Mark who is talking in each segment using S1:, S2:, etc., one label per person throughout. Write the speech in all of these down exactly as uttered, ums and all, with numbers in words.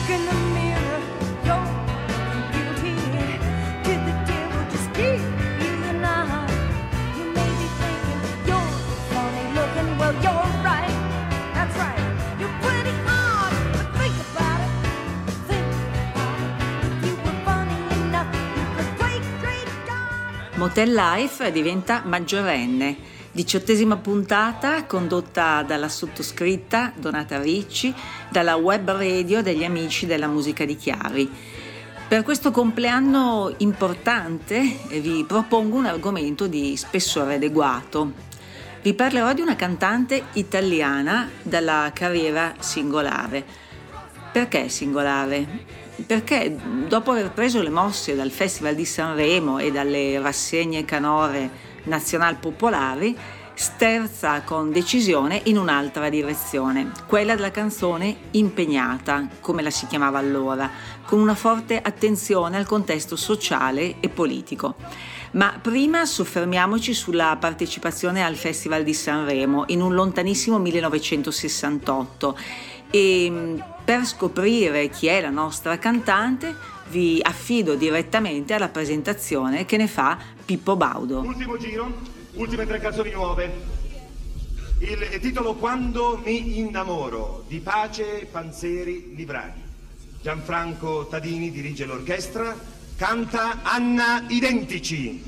S1: Motel Life diventa maggiorenne, diciottesima puntata condotta dalla sottoscritta Donata Ricci, dalla web radio degli amici della musica di Chiari. Per questo compleanno importante vi propongo un argomento di spessore adeguato. Vi parlerò di una cantante italiana dalla carriera singolare. Perché singolare? Perché dopo aver preso le mosse dal Festival di Sanremo e dalle rassegne canore nazional popolari, sterza con decisione in un'altra direzione, quella della canzone impegnata, come la si chiamava allora, con una forte attenzione al contesto sociale e politico. Ma prima soffermiamoci sulla partecipazione al Festival di Sanremo in un lontanissimo millenovecentosessantotto e per scoprire chi è la nostra cantante vi affido direttamente alla presentazione che ne fa Pippo Baudo.
S2: Ultimo giro, ultime tre canzoni nuove. Il titolo Quando mi innamoro di Pace Panzeri Librani. Gianfranco Tadini dirige l'orchestra, canta Anna Identici.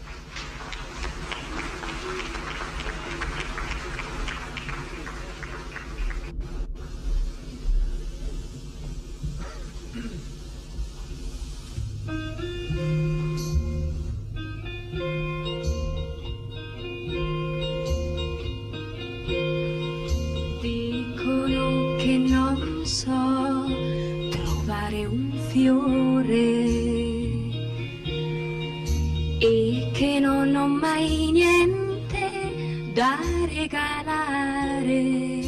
S3: Dicono che non so trovare un fiore e che non ho mai niente da regalare.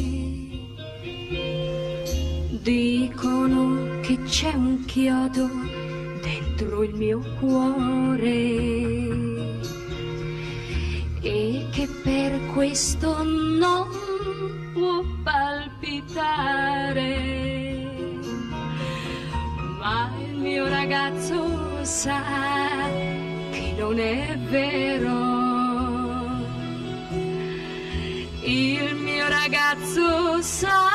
S3: Dicono che c'è un chiodo dentro il mio cuore e che per questo non può palpitare, ma il mio ragazzo sa che non è vero. Il mio ragazzo sa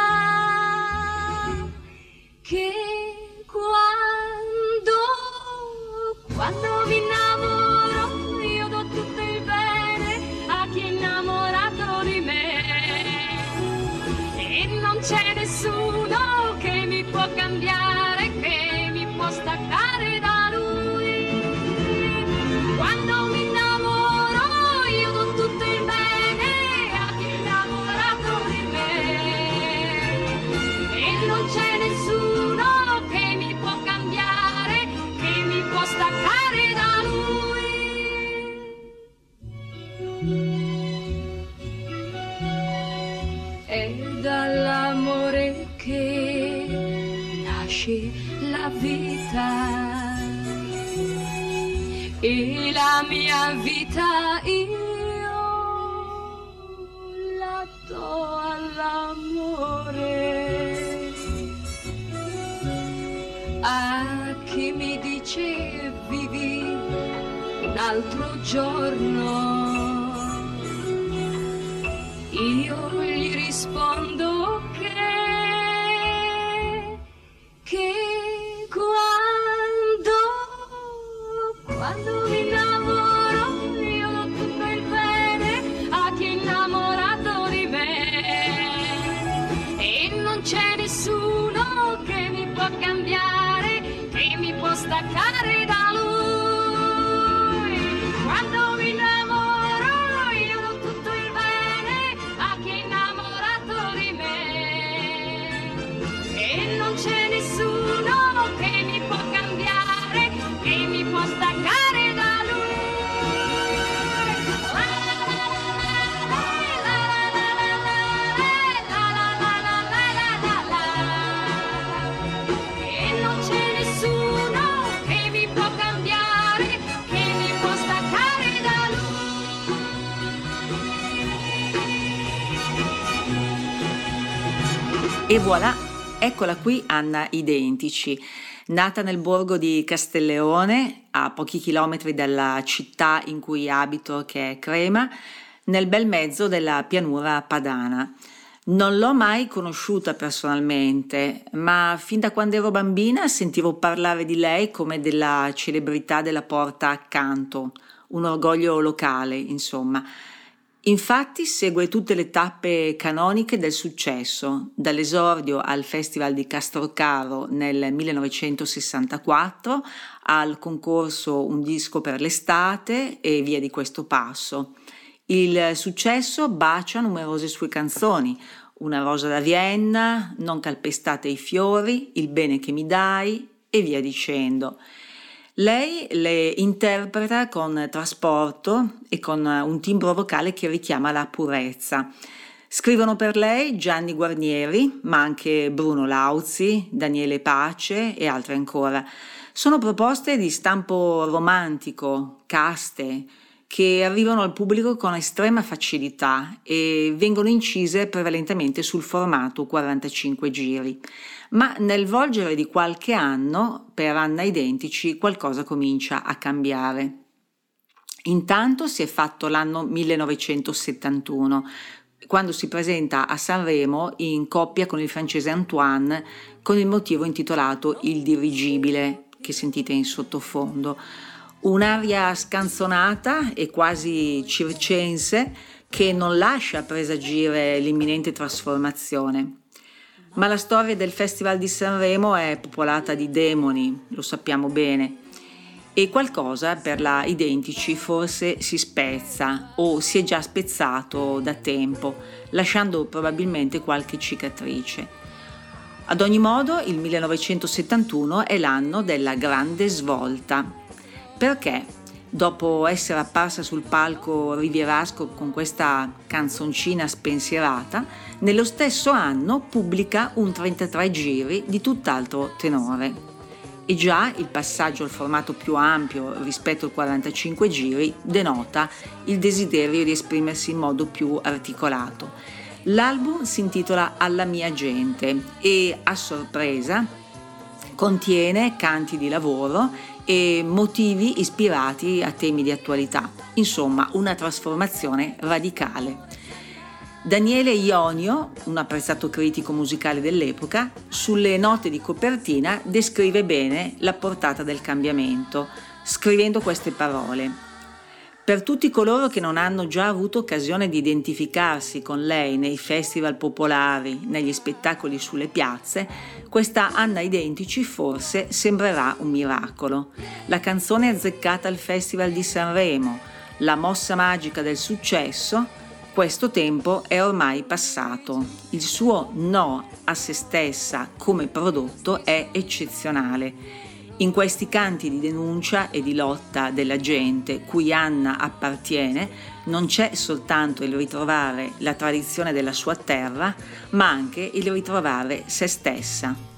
S3: che quando, quando mi innamoro io do tutto il bene a chi è innamorato di me e non c'è nessuno che mi può cambiare, che mi può staccare da lui. Quando mi innamoro io do tutto il bene a chi è innamorato di me e non c'è nessuno che mi può cambiare, che mi può staccare da lui. È dall'amore che nasce la vita e la mia vita io la do all'amore. A chi mi dice vivi un altro giorno, io gli rispondo che, che quando, quando mi innamoro io do tutto il bene a chi è innamorato di me e non c'è nessuno che mi può cambiare, che mi può staccare da lui. Quando mi innamoro io do tutto il bene a chi è innamorato di me e non c'è nessuno che mi può cambiare, che mi può staccare da lui. E non c'è nessuno che mi può cambiare, che mi può staccare da lui.
S1: E voilà, Eccola qui Anna Identici, nata nel borgo di Castelleone, a pochi chilometri dalla città in cui abito, che è Crema, nel bel mezzo della pianura padana. Non l'ho mai conosciuta personalmente, ma fin da quando ero bambina sentivo parlare di lei come della celebrità della porta accanto, un orgoglio locale, insomma. Infatti segue tutte le tappe canoniche del successo, dall'esordio al Festival di Castrocaro nel millenovecentosessantaquattro al concorso Un disco per l'estate e via di questo passo. Il successo bacia numerose sue canzoni, Una rosa da Vienna, Non calpestate i fiori, Il bene che mi dai e via dicendo. Lei le interpreta con trasporto e con un timbro vocale che richiama la purezza. Scrivono per lei Gianni Guarnieri, ma anche Bruno Lauzi, Daniele Pace e altri ancora. Sono proposte di stampo romantico, caste, che arrivano al pubblico con estrema facilità e vengono incise prevalentemente sul formato quarantacinque giri. Ma nel volgere di qualche anno, per Anna Identici, qualcosa comincia a cambiare. Intanto si è fatto l'anno millenovecentosettantuno, quando si presenta a Sanremo in coppia con il francese Antoine, con il motivo intitolato Il dirigibile, che sentite in sottofondo. Un'aria scanzonata e quasi circense che non lascia presagire l'imminente trasformazione. Ma la storia del Festival di Sanremo è popolata di demoni, lo sappiamo bene, e qualcosa per la Identici forse si spezza o si è già spezzato da tempo, lasciando probabilmente qualche cicatrice. Ad ogni modo, il millenovecentosettantuno è l'anno della grande svolta. Perché? Dopo essere apparsa sul palco rivierasco con questa canzoncina spensierata, nello stesso anno pubblica un trentatré giri di tutt'altro tenore. E già il passaggio al formato più ampio rispetto ai quarantacinque giri denota il desiderio di esprimersi in modo più articolato. L'album si intitola Alla mia gente e, a sorpresa, contiene canti di lavoro e motivi ispirati a temi di attualità, insomma una trasformazione radicale. Daniele Ionio, un apprezzato critico musicale dell'epoca, sulle note di copertina descrive bene la portata del cambiamento, scrivendo queste parole: per tutti coloro che non hanno già avuto occasione di identificarsi con lei nei festival popolari, negli spettacoli sulle piazze, questa Anna Identici forse sembrerà un miracolo. La canzone azzeccata al Festival di Sanremo, la mossa magica del successo, questo tempo è ormai passato. Il suo no a se stessa come prodotto è eccezionale. In questi canti di denuncia e di lotta della gente cui Anna appartiene non c'è soltanto il ritrovare la tradizione della sua terra, ma anche il ritrovare se stessa.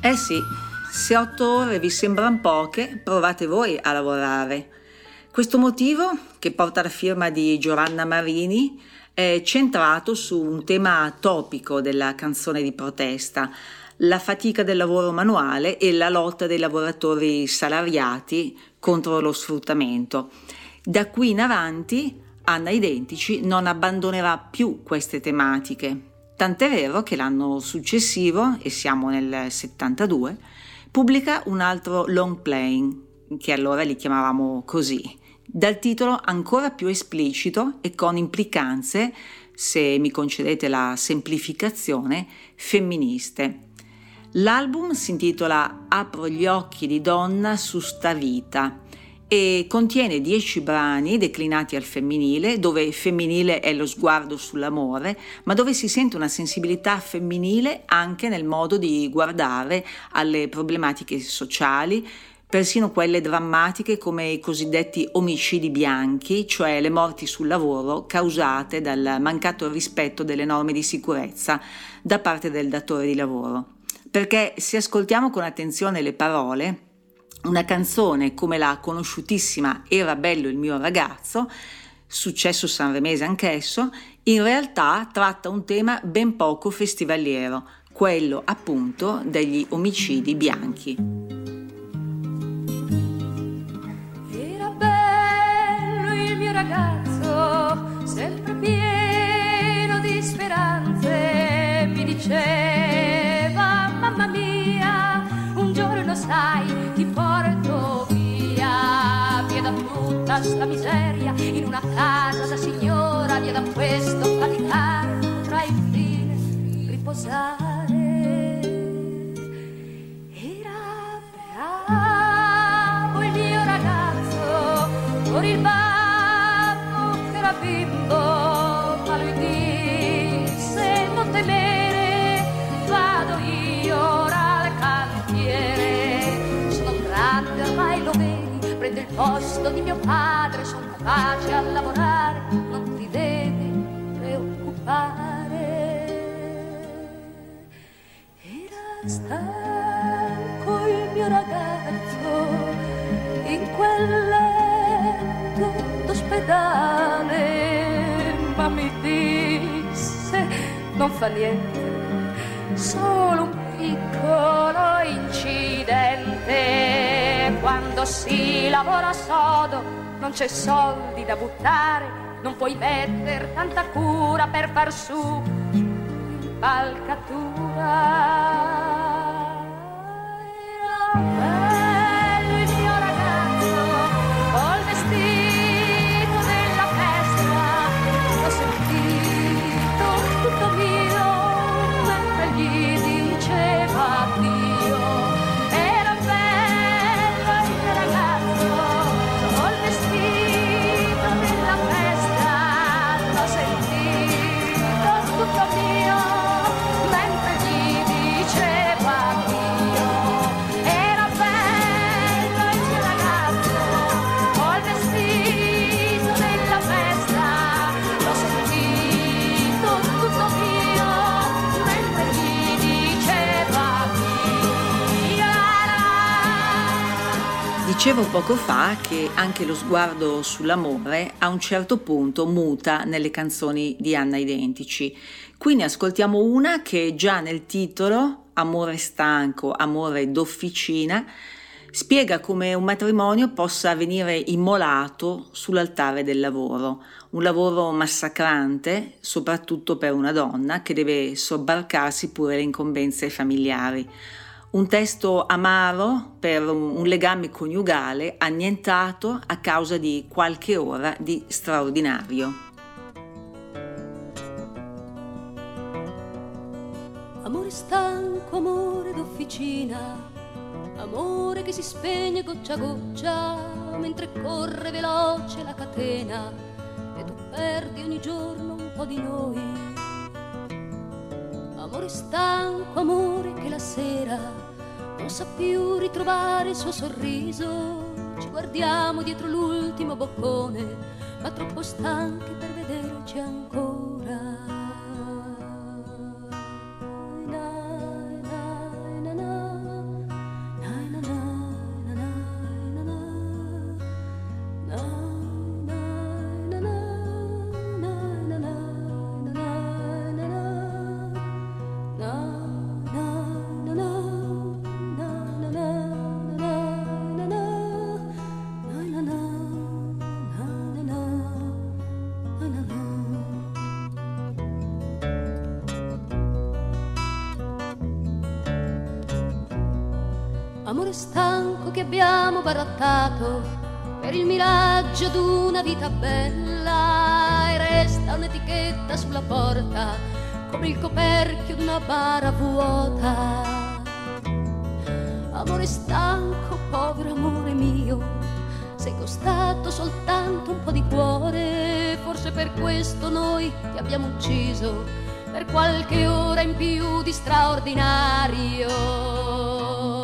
S1: Eh sì, se otto ore vi sembrano poche, provate voi a lavorare. Questo motivo, che porta la firma di Giovanna Marini, è centrato su un tema topico della canzone di protesta, la fatica del lavoro manuale e la lotta dei lavoratori salariati contro lo sfruttamento. Da qui in avanti Anna Identici non abbandonerà più queste tematiche, tant'è vero che l'anno successivo, e siamo nel settantadue, pubblica un altro long playing, che allora li chiamavamo così, dal titolo ancora più esplicito e con implicanze, se mi concedete la semplificazione, femministe. L'album si intitola Apro gli occhi di donna su sta vita e contiene dieci brani declinati al femminile, dove femminile è lo sguardo sull'amore, ma dove si sente una sensibilità femminile anche nel modo di guardare alle problematiche sociali, persino quelle drammatiche come i cosiddetti omicidi bianchi, cioè le morti sul lavoro causate dal mancato rispetto delle norme di sicurezza da parte del datore di lavoro. Perché se ascoltiamo con attenzione le parole, una canzone come la conosciutissima Era bello il mio ragazzo, successo sanremese anch'esso, in realtà tratta un tema ben poco festivaliero, quello appunto degli omicidi bianchi.
S3: Era bello il mio ragazzo, sempre pieno di speranze, mi diceva: mamma mia, un giorno sai, ti porto via, via da tutta sta miseria, in una casa da signora, via da questo faticare, potrai infine riposare. Era bravo il mio ragazzo, ora il babbo che era bimbo, ma lui disse: non temere, vado io ora al cantiere, sono grande ormai, lo vedi, prendo il posto di mio padre, sono capace a lavorare, non ti devi preoccupare. Era stanco il mio ragazzo in quel letto d'ospedale, ma mi disse: non fa niente, solo un piccolo incidente. Quando si lavora sodo non c'è soldi da buttare, non puoi metter tanta cura per far su impalcatura. Era bello il mio ragazzo col vestito della festa, l'ho sentito tutto mio mentre gli diceva addio. Era bello il mio ragazzo col vestito della festa, l'ho sentito tutto mio mentre gli diceva addio. Era bello il mio ragazzo col vestito della festa, l'ho sentito tutto mio mentre gli diceva addio.
S1: Dicevo poco fa che anche lo sguardo sull'amore a un certo punto muta nelle canzoni di Anna Identici. Qui ne ascoltiamo una che già nel titolo, Amore stanco, amore d'officina, spiega come un matrimonio possa venire immolato sull'altare del lavoro, un lavoro massacrante, soprattutto per una donna che deve sobbarcarsi pure le incombenze familiari. Un testo amaro per un legame coniugale annientato a causa di qualche ora di straordinario.
S4: Amore stanco, amore d'officina, amore che si spegne goccia a goccia mentre corre veloce la catena e tu perdi ogni giorno un po' di noi. Amore stanco, amore che la sera non sa più ritrovare il suo sorriso, ci guardiamo dietro l'ultimo boccone, ma troppo stanchi per vederci ancora. Na, na, na, na. amore stanco che abbiamo barattato per il miraggio d'una vita bella, e resta un'etichetta sulla porta come il coperchio d'una bara vuota. Amore stanco, povero amore mio, sei costato soltanto un po' di cuore, forse per questo noi ti abbiamo ucciso per qualche ora in più di straordinario.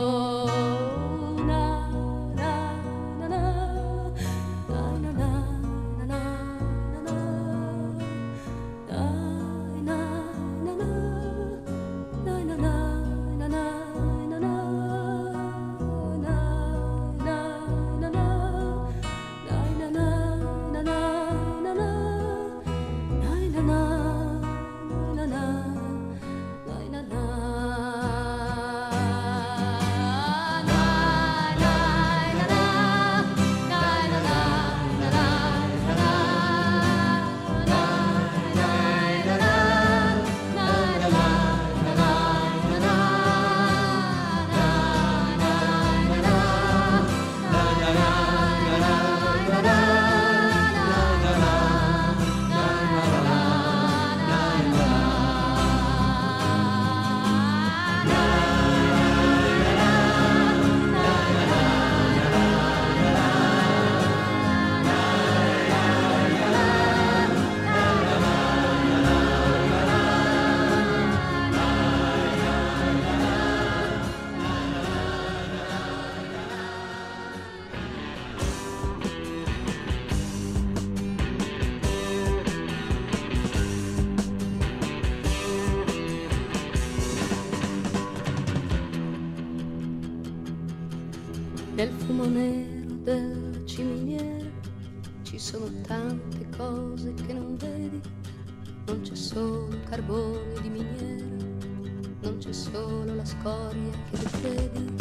S4: Nel fumo nero della ciminiera ci sono tante cose che non vedi, non c'è solo carbone di miniera, non c'è solo la scoria che ti credi.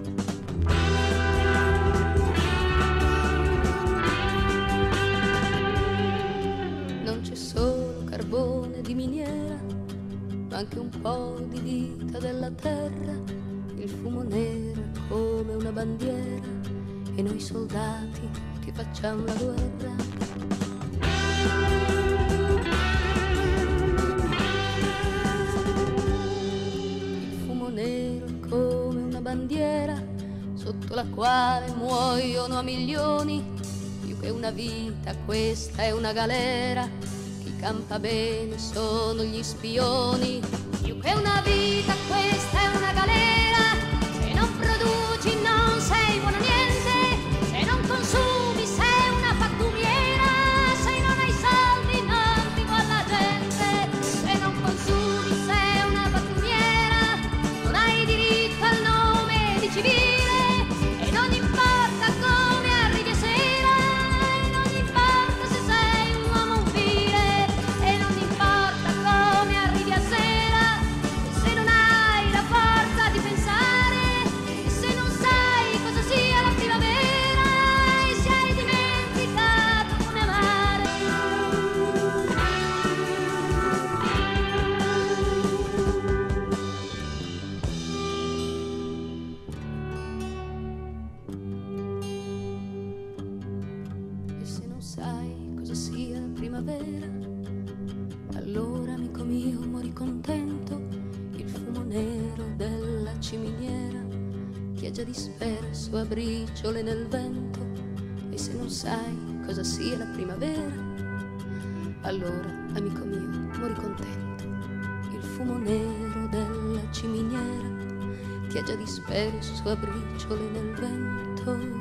S4: Non c'è solo carbone di miniera, ma anche un po' di vita della terra. Il fumo nero è come una bandiera e noi soldati ti facciamo la guerra. Il fumo nero è come una bandiera sotto la quale muoiono a milioni. Più che una vita questa è una galera, chi campa bene sono gli spioni. Più che una vita questa è una galera, non produci non sei buono niente, se non consumi sei una pattumiera, se non hai soldi non ti vuole la gente, se non consumi sei una pattumiera, non hai diritto al nome di civile e non importa come arrivi a sera, e non importa se sei un uomo vile, e non importa come arrivi a sera, se non hai la forza di pensare, allora amico mio muori contento, il fumo nero della ciminiera ti ha già disperso a briciole nel vento. E se non sai cosa sia la primavera, allora amico mio muori contento, il fumo nero della ciminiera ti ha già disperso a briciole nel vento.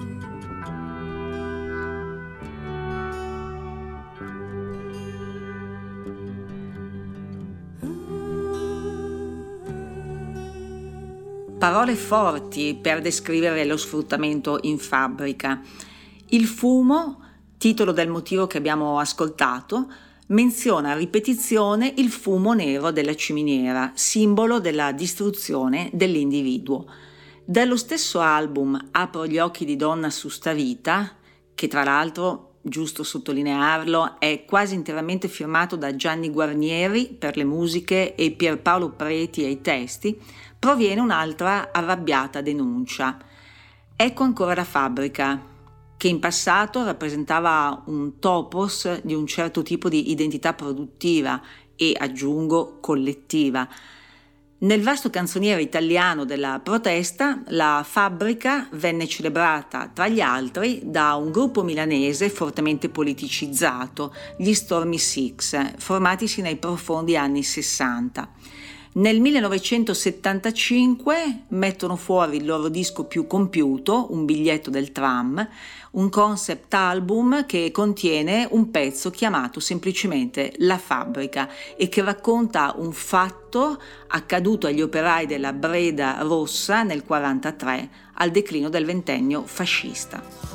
S1: Parole forti per descrivere lo sfruttamento in fabbrica. Il fumo, titolo del motivo che abbiamo ascoltato, menziona a ripetizione il fumo nero della ciminiera, simbolo della distruzione dell'individuo. Dallo stesso album Apro gli occhi di donna su sta vita, che tra l'altro, giusto sottolinearlo, è quasi interamente firmato da Gianni Guarnieri per le musiche e Pierpaolo Preti ai testi, proviene un'altra arrabbiata denuncia. Ecco ancora la fabbrica, che in passato rappresentava un topos di un certo tipo di identità produttiva e, aggiungo, collettiva. Nel vasto canzoniere italiano della protesta, la fabbrica venne celebrata, tra gli altri, da un gruppo milanese fortemente politicizzato, gli Stormy Six, formatisi nei profondi anni sessanta. Nel millenovecentosettantacinque mettono fuori il loro disco più compiuto, Un biglietto del tram, un concept album che contiene un pezzo chiamato semplicemente La fabbrica e che racconta un fatto accaduto agli operai della Breda Rossa nel quarantatré, al declino del ventennio fascista.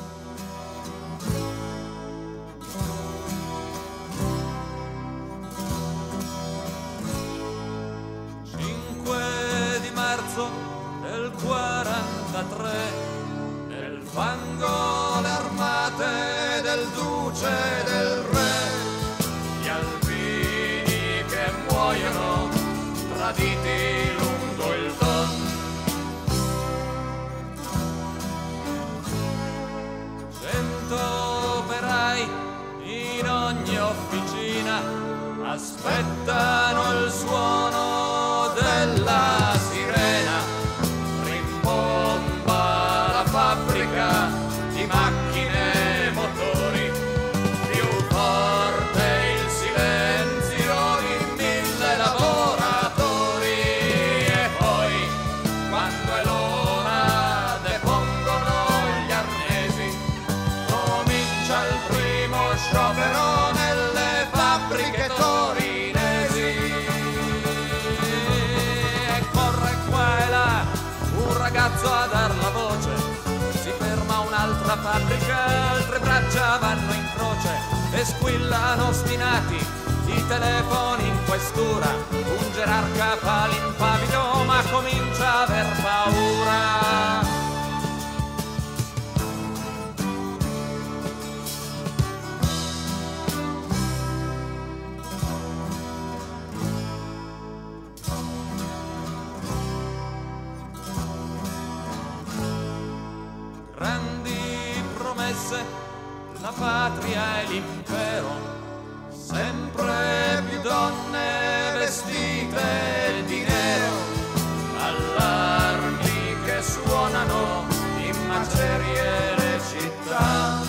S5: Del quarantatré, nel fango le armate del duce e del re, gli alpini che muoiono traditi lungo il Don. Cento operai in ogni officina aspettano il suono della sirena. Rimbomba la fabbrica di macchine e motori, più forte il silenzio di mille lavoratori. E poi, quando è l'ora, depongono gli arnesi, comincia il primo sciopero nelle fabbriche torinesi. E corre qua e là un ragazzo a dar la voce, si ferma un'altra fabbrica, altre braccia vanno in croce e squillano ostinati i telefoni in questura. Un gerarca fa l'impavido ma comincia a aver paura. Grandi promesse, la patria e l'impero, sempre più donne vestite di nero, allarmi che suonano in macerie le città.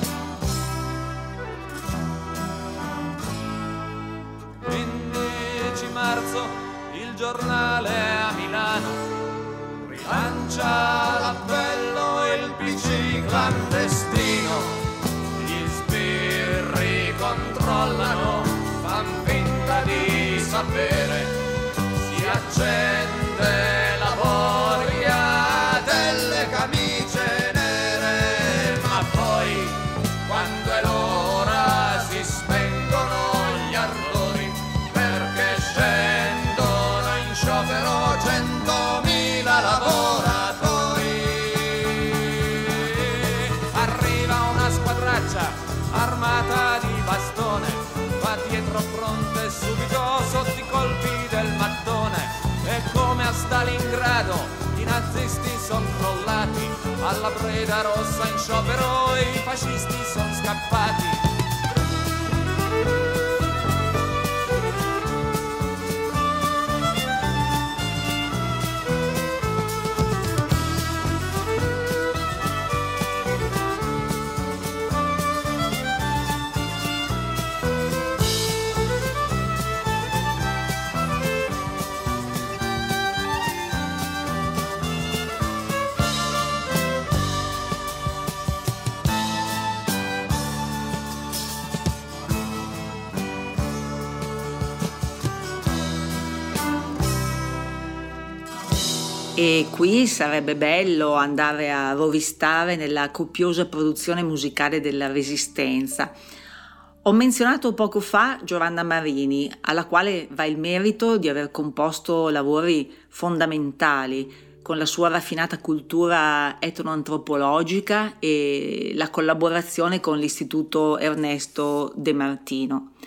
S5: quindici marzo, il giornale a Milano rilancia l'appello e il P C clandestino. Gli sbirri controllano, fan finta di sapere, si accende la voglia delle camicie nere. Ma poi, quando è l'ora, si spengono gli ardori, perché scendono in sciopero centomila lavoratori. Arriva una squadraccia armata di bastone, va dietro fronte subito sotto i colpi del mattone. E come a Stalingrado i nazisti son crollati, alla Breda Rossa in sciopero i fascisti son scappati.
S1: E qui sarebbe bello andare a rovistare nella copiosa produzione musicale della Resistenza. Ho menzionato poco fa Giovanna Marini, alla quale va il merito di aver composto lavori fondamentali con la sua raffinata cultura etnoantropologica e la collaborazione con l'Istituto Ernesto De Martino.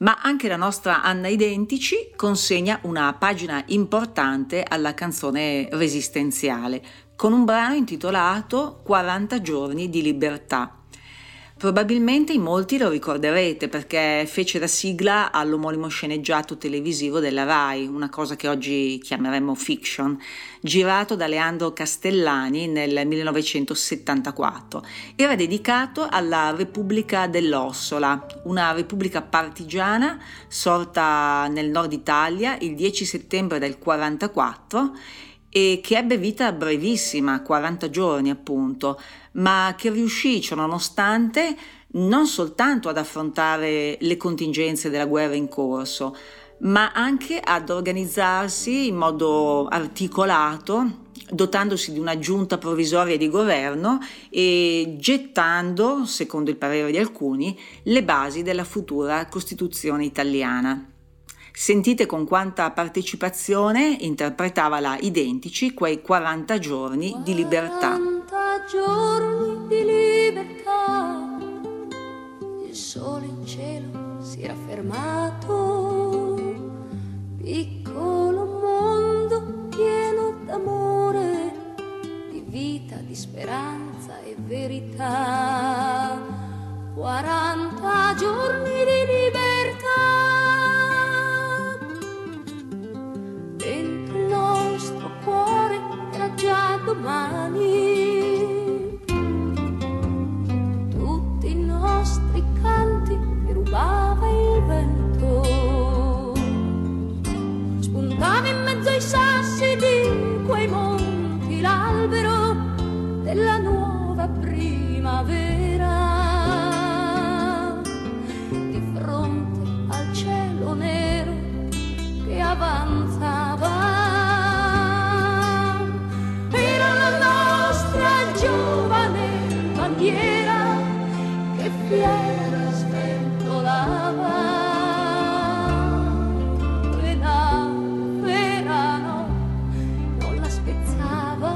S1: Ma anche la nostra Anna Identici consegna una pagina importante alla canzone resistenziale, con un brano intitolato quaranta giorni di libertà. Probabilmente in molti lo ricorderete perché fece da sigla all'omonimo sceneggiato televisivo della Rai, una cosa che oggi chiameremmo fiction, girato da Leandro Castellani nel millenovecentosettantaquattro. Era dedicato alla Repubblica dell'Ossola, una repubblica partigiana sorta nel nord Italia il dieci settembre del quarantaquattro e che ebbe vita brevissima, quaranta giorni appunto, ma che riuscì, ciononostante, non soltanto ad affrontare le contingenze della guerra in corso, ma anche ad organizzarsi in modo articolato, dotandosi di una giunta provvisoria di governo e gettando, secondo il parere di alcuni, le basi della futura Costituzione italiana. Sentite con quanta partecipazione interpretava la Identici quei quaranta giorni di libertà.
S4: quaranta giorni di libertà, il sole in cielo si era fermato, piccolo mondo pieno d'amore, di vita, di speranza e verità. quaranta giorni di libertà. Dentro il nostro cuore era già domani, tutti i nostri canti che rubava il vento, spuntava in mezzo ai sassi di quei monti l'albero della nuova primavera, di fronte al cielo nero che avanzava. Era la nostra giovane bandiera che fiera sventolava. E la vera no, non la spezzava.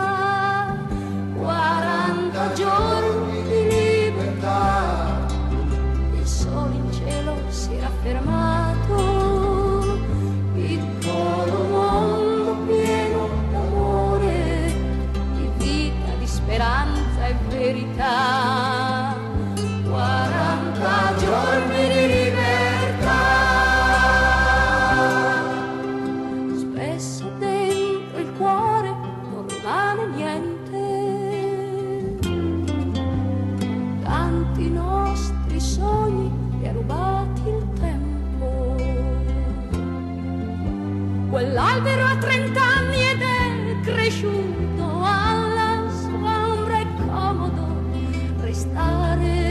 S4: quaranta giorni di libertà, il sole in cielo si era fermato, piccolo mondo pieno d'amore, di vita, di speranza e verità. quaranta giorni di libertà. Spesso dentro il cuore non rimane niente, tanti nostri sogni li ha rubati il tempo. Quell'albero ha trent'anni ed è cresciuto, alla sua ombra è comodo restare,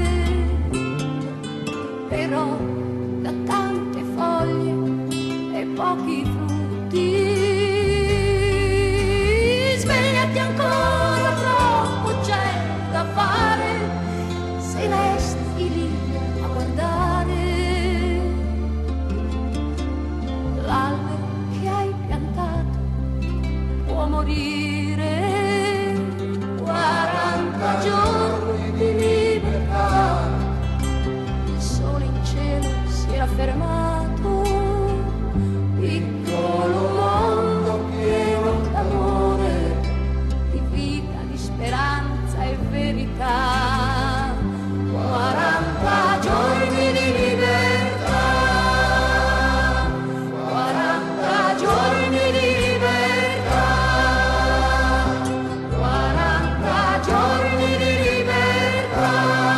S4: però da tante foglie e pochi frutti. Svegliati ancora, troppo c'è da fare, se resti lì a guardare. L'albero che hai piantato può morire. quaranta giorni di libertà, il sole in cielo si era fermato, piccolo mondo pieno d'amore, di vita, di speranza e verità. quaranta giorni di libertà, quaranta giorni di libertà, quaranta giorni di libertà.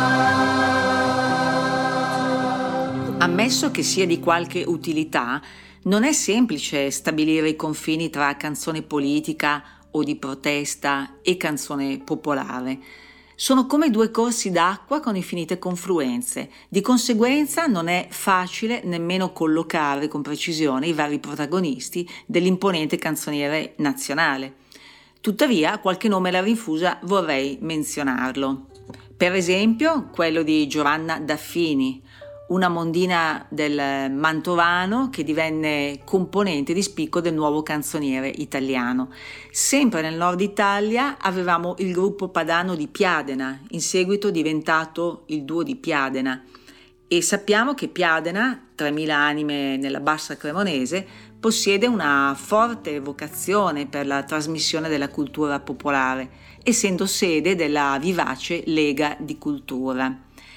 S1: Ammesso che sia di qualche utilità, non è semplice stabilire i confini tra canzone politica o di protesta e canzone popolare. Sono come due corsi d'acqua con infinite confluenze. Di conseguenza non è facile nemmeno collocare con precisione i vari protagonisti dell'imponente canzoniere nazionale. Tuttavia, qualche nome alla rinfusa vorrei menzionarlo. Per esempio, quello di Giovanna Daffini, una mondina del Mantovano che divenne componente di spicco del nuovo canzoniere italiano. Sempre nel nord Italia avevamo il gruppo padano di Piadena, in seguito diventato il duo di Piadena, E sappiamo che Piadena, tremila anime nella bassa cremonese, possiede una forte vocazione per la trasmissione della cultura popolare, essendo sede della vivace Lega di Cultura.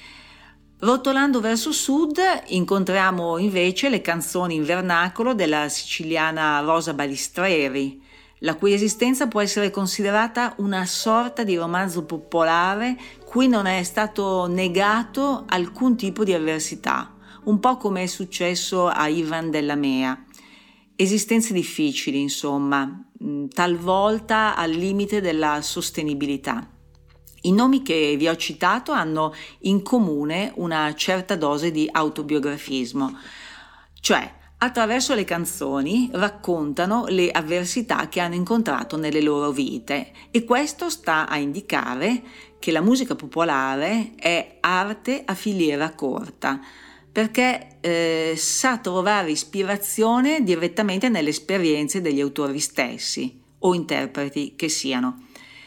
S1: Rotolando verso sud incontriamo invece le canzoni in vernacolo della siciliana Rosa Balistreri, la cui esistenza può essere considerata una sorta di romanzo popolare cui non è stato negato alcun tipo di avversità, un po' come è successo a Ivan della Mea. Esistenze difficili, insomma, talvolta al limite della sostenibilità. I nomi che vi ho citato hanno in comune una certa dose di autobiografismo, cioè attraverso le canzoni raccontano le avversità che hanno incontrato nelle loro vite, e questo sta a indicare che la musica popolare è arte a filiera corta, perché eh, sa trovare ispirazione direttamente nelle esperienze degli autori stessi o interpreti che siano.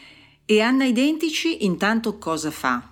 S1: E Anna Identici intanto cosa fa?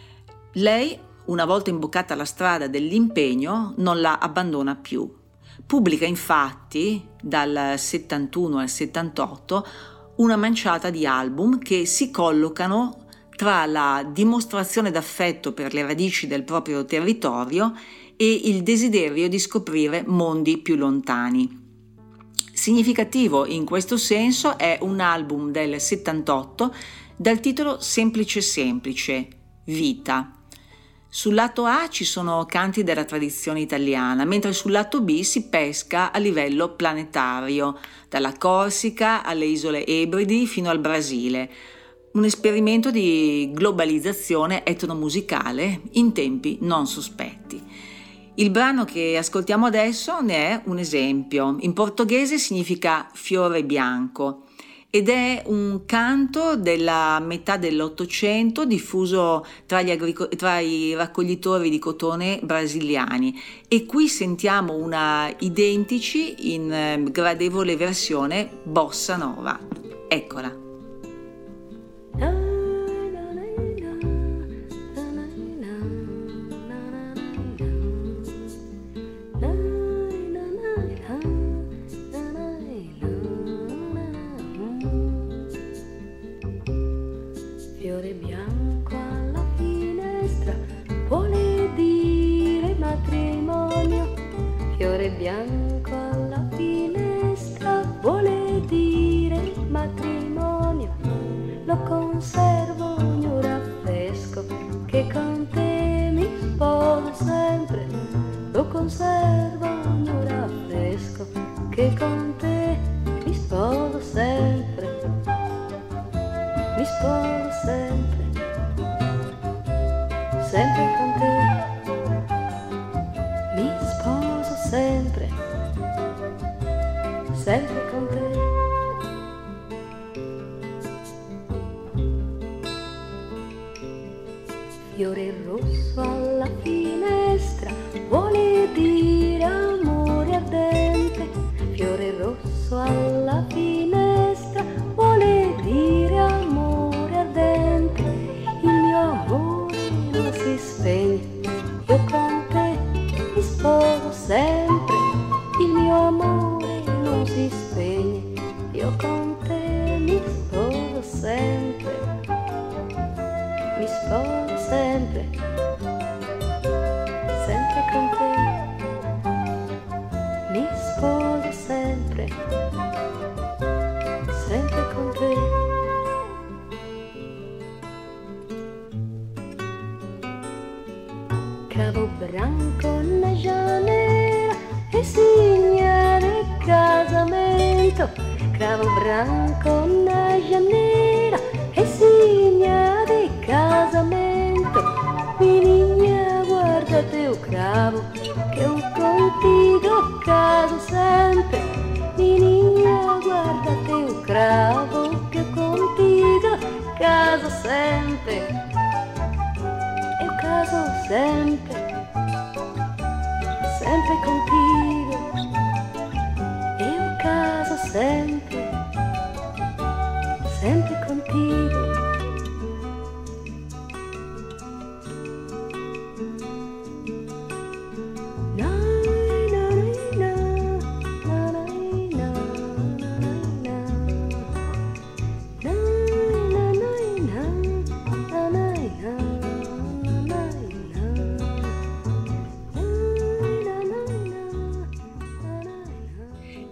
S1: Lei, una volta imboccata la strada dell'impegno, non la abbandona più. Pubblica infatti dal settantuno al settantotto una manciata di album che si collocano tra la dimostrazione d'affetto per le radici del proprio territorio e il desiderio di scoprire mondi più lontani. Significativo in questo senso è un album del settantotto dal titolo Semplice Semplice, Vita. Sul lato A ci sono canti della tradizione italiana, mentre sul lato B si pesca a livello planetario, dalla Corsica alle isole Ebridi fino al Brasile. Un esperimento di globalizzazione etnomusicale in tempi non sospetti. Il brano che ascoltiamo adesso ne è un esempio. In portoghese significa fiore bianco ed è un canto della metà dell'Ottocento diffuso tra, gli agrico- tra i raccoglitori di cotone brasiliani, e qui sentiamo una Identici in eh, gradevole versione bossa nova. Eccola.
S4: Fiore bianco alla finestra vuole dire matrimonio. Fiore bianco alla finestra vuole dire matrimonio. Lo conservo in un raffresco che con te mi sposo sempre. Lo conservo in un raffresco che con te mi sposo sempre. Mi sposo sempre, sempre con te. Mi sposo sempre, sempre con te. Fiore rosso alla finestra vuole dire amore ardente. Fiore rosso alla finestra vuole dire amore ardente. Il mio amore non si spegne, io con te mi sposo sempre. Il mio amore non si spegne, io con te mi sposo sempre. Mi sposo sempre, sempre con te. Mi sposo sempre, sempre con te. Cravo branco na janela e segna de casamento. Cravo branco na janela e segna de casamento. Menina, guarda teu cravo, que eu contigo caso sempre. Menina, guarda teu cravo, que eu contigo caso sempre. Eu caso sempre, sempre contigo. Eu caso sempre, sempre contigo.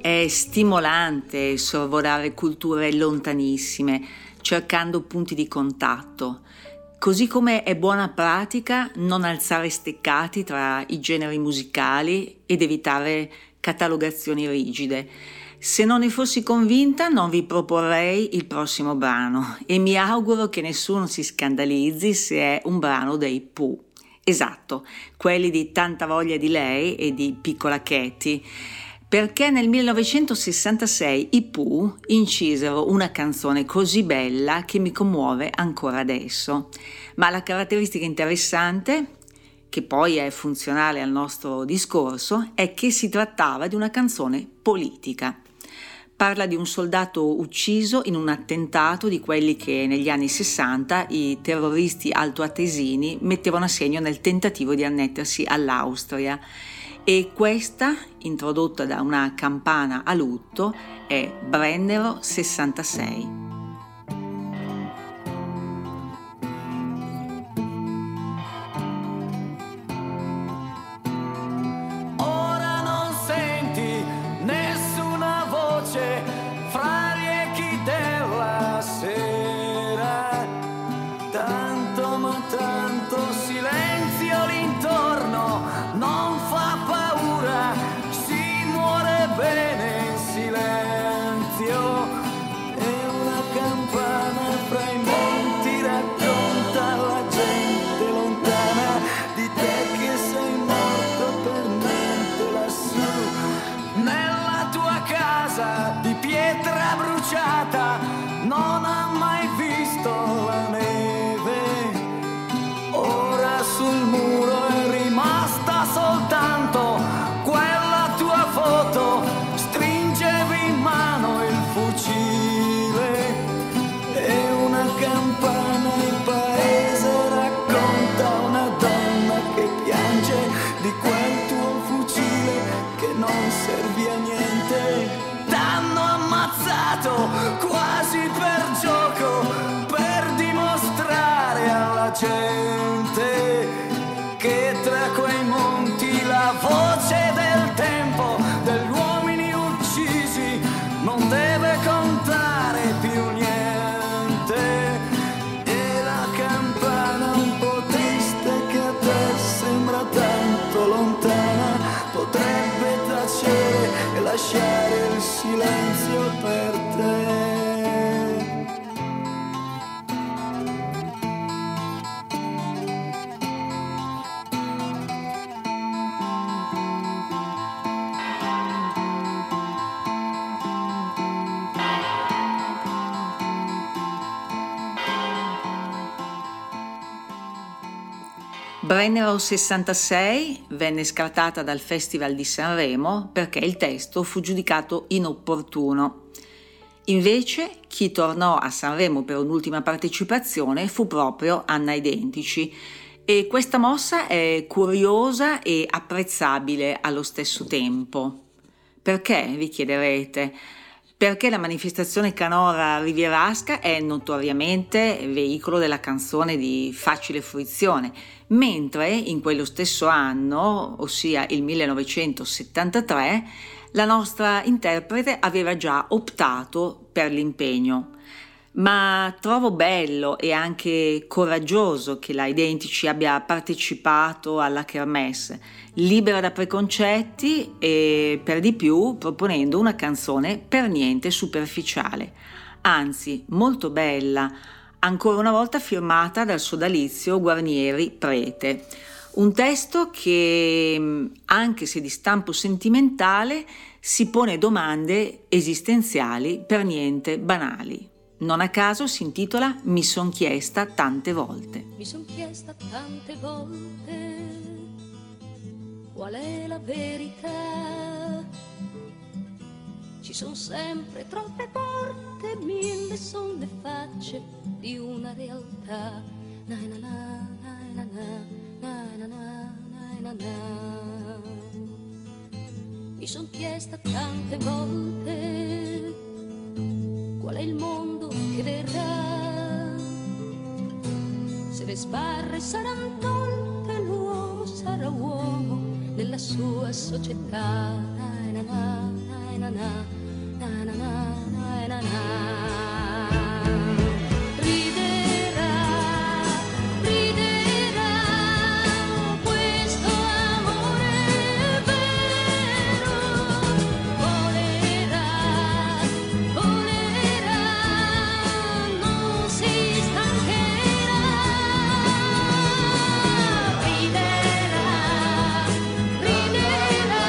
S1: È stimolante sorvolare culture lontanissime, cercando punti di contatto. Così come è buona pratica non alzare steccati tra i generi musicali ed evitare catalogazioni rigide. Se non ne fossi convinta non vi proporrei il prossimo brano e mi auguro che nessuno si scandalizzi se è un brano dei Pooh. Esatto, quelli di Tanta voglia di lei e di Piccola Katy, perché nel millenovecentosessantasei i Pooh incisero una canzone così bella che mi commuove ancora adesso. Ma la caratteristica interessante, che poi è funzionale al nostro discorso, è che si trattava di una canzone politica. Parla di un soldato ucciso in un attentato di quelli che negli anni sessanta i terroristi altoatesini mettevano a segno nel tentativo di annettersi all'Austria. E questa, introdotta da una campana a lutto, è Brennero sessantasei.
S6: Non ha mai visto la neve, ora sul muro è rimasta soltanto quella tua foto, stringevi in mano il fucile e una campana in paese racconta una donna che piange di quel tuo fucile che non servì a niente. T'hanno ammazzato quasi per gioco, per dimostrare alla gente che tra quei monti la voce del tempo degli uomini uccisi non deve contare più niente. E la campana un po' triste che a te sembra tanto lontana potrebbe tacere e lasciare il silenzio per te.
S1: Brennero sessantasei venne scartata dal Festival di Sanremo perché il testo fu giudicato inopportuno. Invece, chi tornò a Sanremo per un'ultima partecipazione fu proprio Anna Identici, e questa mossa è curiosa e apprezzabile allo stesso tempo. Perché, vi chiederete? Perché la manifestazione canora rivierasca è notoriamente veicolo della canzone di facile fruizione, mentre in quello stesso anno, ossia il millenovecentosettantatré, la nostra interprete aveva già optato per l'impegno. Ma trovo bello e anche coraggioso che la Identici abbia partecipato alla Kermesse, libera da preconcetti e per di più proponendo una canzone per niente superficiale, anzi molto bella, ancora una volta firmata dal sodalizio Guarnieri Prete. Un testo che, anche se di stampo sentimentale, si pone domande esistenziali per niente banali. Non a caso si intitola Mi son chiesta tante volte.
S4: Mi son chiesta tante volte qual è la verità. Ci son sempre troppe porte, mille son le facce di una realtà. Na na na na na na na na na na. Mi son chiesta tante volte qual è il mondo che verrà, se le sbarre saranno tolte l'uomo sarà uomo nella sua società. Na, na, na, na na na na na na na. Riderà, riderà, questo amore è vero. Volerà, volerà, non si stancherà. Riderà, riderà,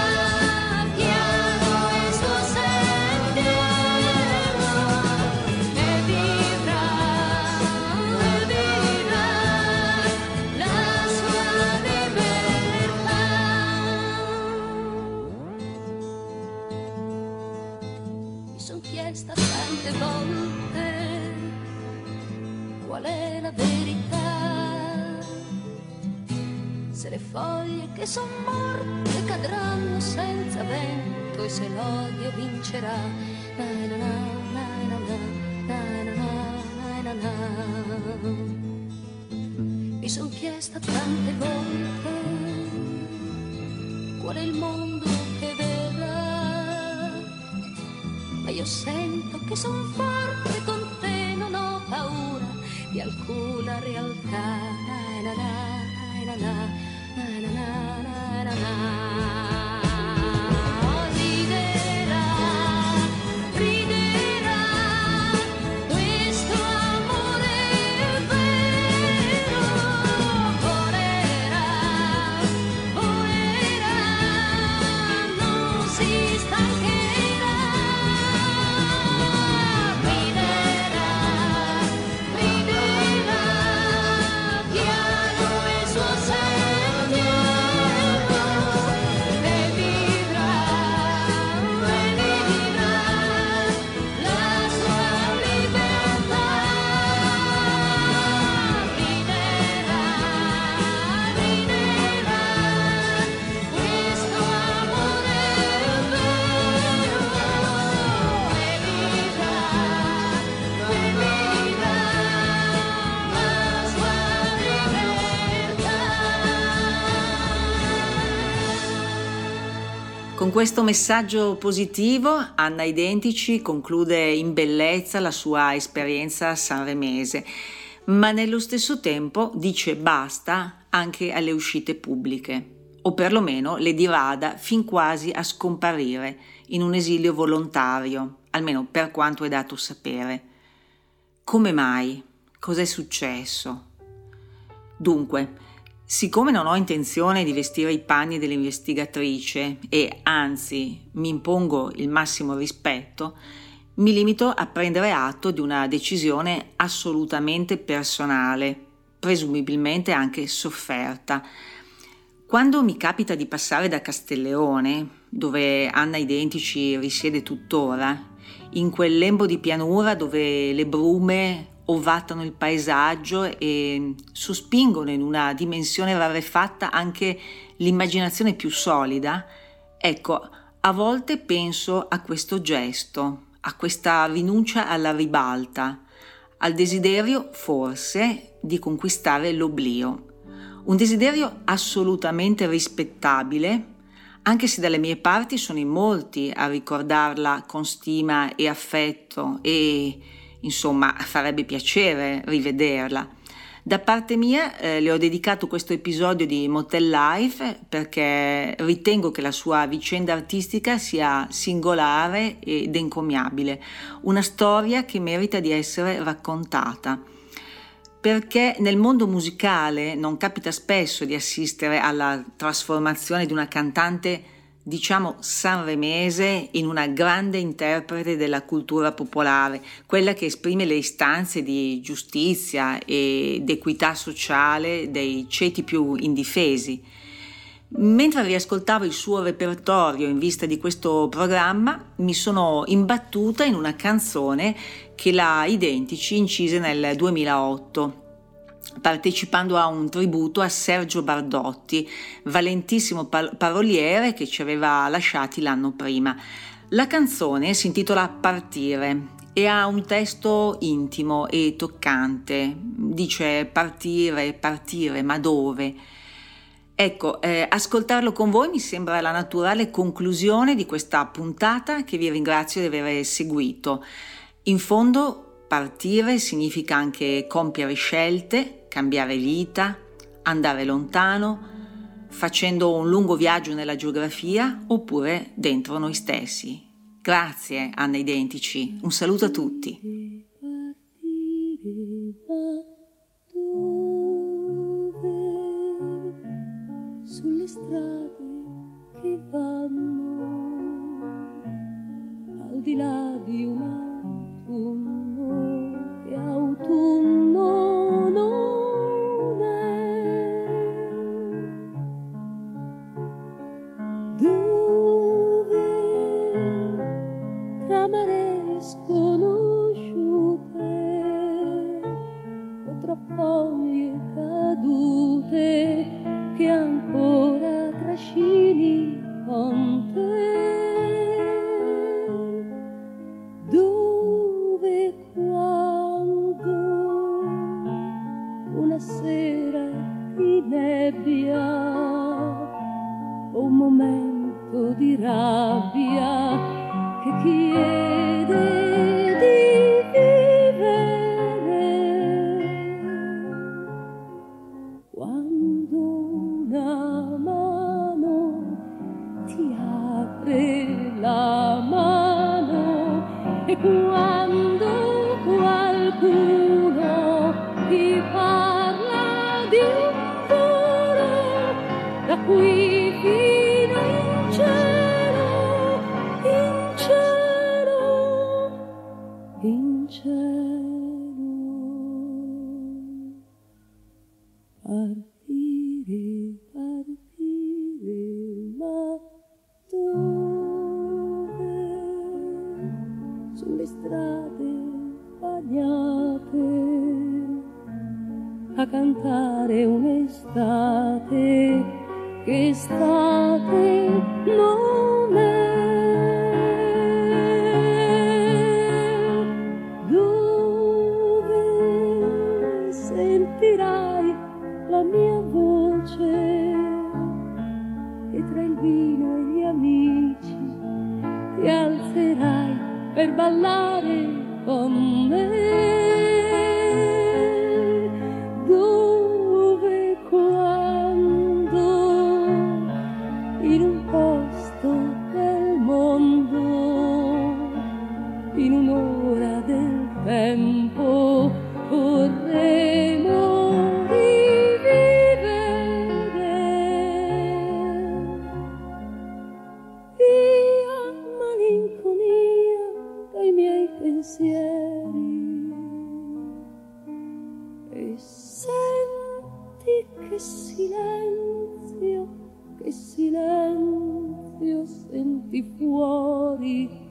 S4: piano il suo sentiero e vivrà, e vivrà la sua libertà. Mi son chiesta tante volte qual è la verità, se le foglie che son morte cadranno senza vento e se l'odio vincerà. Na na na na na na na na na na na. Mi son chiesta tante volte qual è il mondo che verrà, ma io sento che son forte con te, non ho paura di alcuna realtà. Na na na na na na na na na na. Riderà, riderà, questo amore è vero. Volerà, volerà, non si stancherà. Riderà, riderà, piano il suo sentiero e vivrà, e vivrà la sua libertà. Riderà, riderà, questo amore è vero e vivrà, e vivrà la sua libertà.
S1: Con questo messaggio positivo, Anna Identici conclude in bellezza la sua esperienza sanremese, ma nello stesso tempo dice basta anche alle uscite pubbliche, o perlomeno le dirada fin quasi a scomparire in un esilio volontario, almeno per quanto è dato sapere. Come mai? Cos'è successo? Dunque, siccome non ho intenzione di vestire i panni dell'investigatrice e anzi mi impongo il massimo rispetto, mi limito a prendere atto di una decisione assolutamente personale, presumibilmente anche sofferta. Quando mi capita di passare da Castelleone, dove Anna Identici risiede tuttora, in quel lembo di pianura dove le brume ovattano il paesaggio e sospingono in una dimensione rarefatta anche l'immaginazione più solida, ecco, a volte penso a questo gesto, a questa rinuncia alla ribalta, al desiderio, forse, di conquistare l'oblio. Un desiderio assolutamente rispettabile, anche se dalle mie parti sono in molti a ricordarla con stima e affetto e, insomma, farebbe piacere rivederla. Da parte mia eh, le ho dedicato questo episodio di Motel Life perché ritengo che la sua vicenda artistica sia singolare ed encomiabile, una storia che merita di essere raccontata. Perché nel mondo musicale non capita spesso di assistere alla trasformazione di una cantante, diciamo sanremese, in una grande interprete della cultura popolare, quella che esprime le istanze di giustizia ed equità sociale dei ceti più indifesi. Mentre riascoltavo il suo repertorio in vista di questo programma, mi sono imbattuta in una canzone che la Identici incise nel duemilaotto, partecipando a un tributo a Sergio Bardotti, valentissimo par- paroliere che ci aveva lasciati l'anno prima. La canzone si intitola Partire e ha un testo intimo e toccante. Dice partire, partire, ma dove? Ecco, eh, ascoltarlo con voi mi sembra la naturale conclusione di questa puntata che vi ringrazio di aver seguito. In fondo, partire significa anche compiere scelte, cambiare vita, andare lontano, facendo un lungo viaggio nella geografia oppure dentro noi stessi. Grazie Anna Identici, un saluto a tutti.
S4: Sulle strade che vanno al di là di un autunno che autunno non è, dove tra maree sconosciute o tra foglie cadute che ancora trascini con te, dove quando una sera di nebbia o un momento di rabbia che chiede di vivere, quando una mano ti apre la mano e quando qualcuno ti parla di un volo da qui fino in cielo, in cielo, in cielo. Partire, partire, ma dove? Sulle strade bagnate a cantare un'estate che estate non è. Dove sentirai la mia voce e tra il vino e gli amici ti alzerai per ballare con me, dove quando in un posto del mondo, in un'ora del tempo vorremmo rivivere via malinconia dai miei pensieri e senti che silenzio, che silenzio senti fuori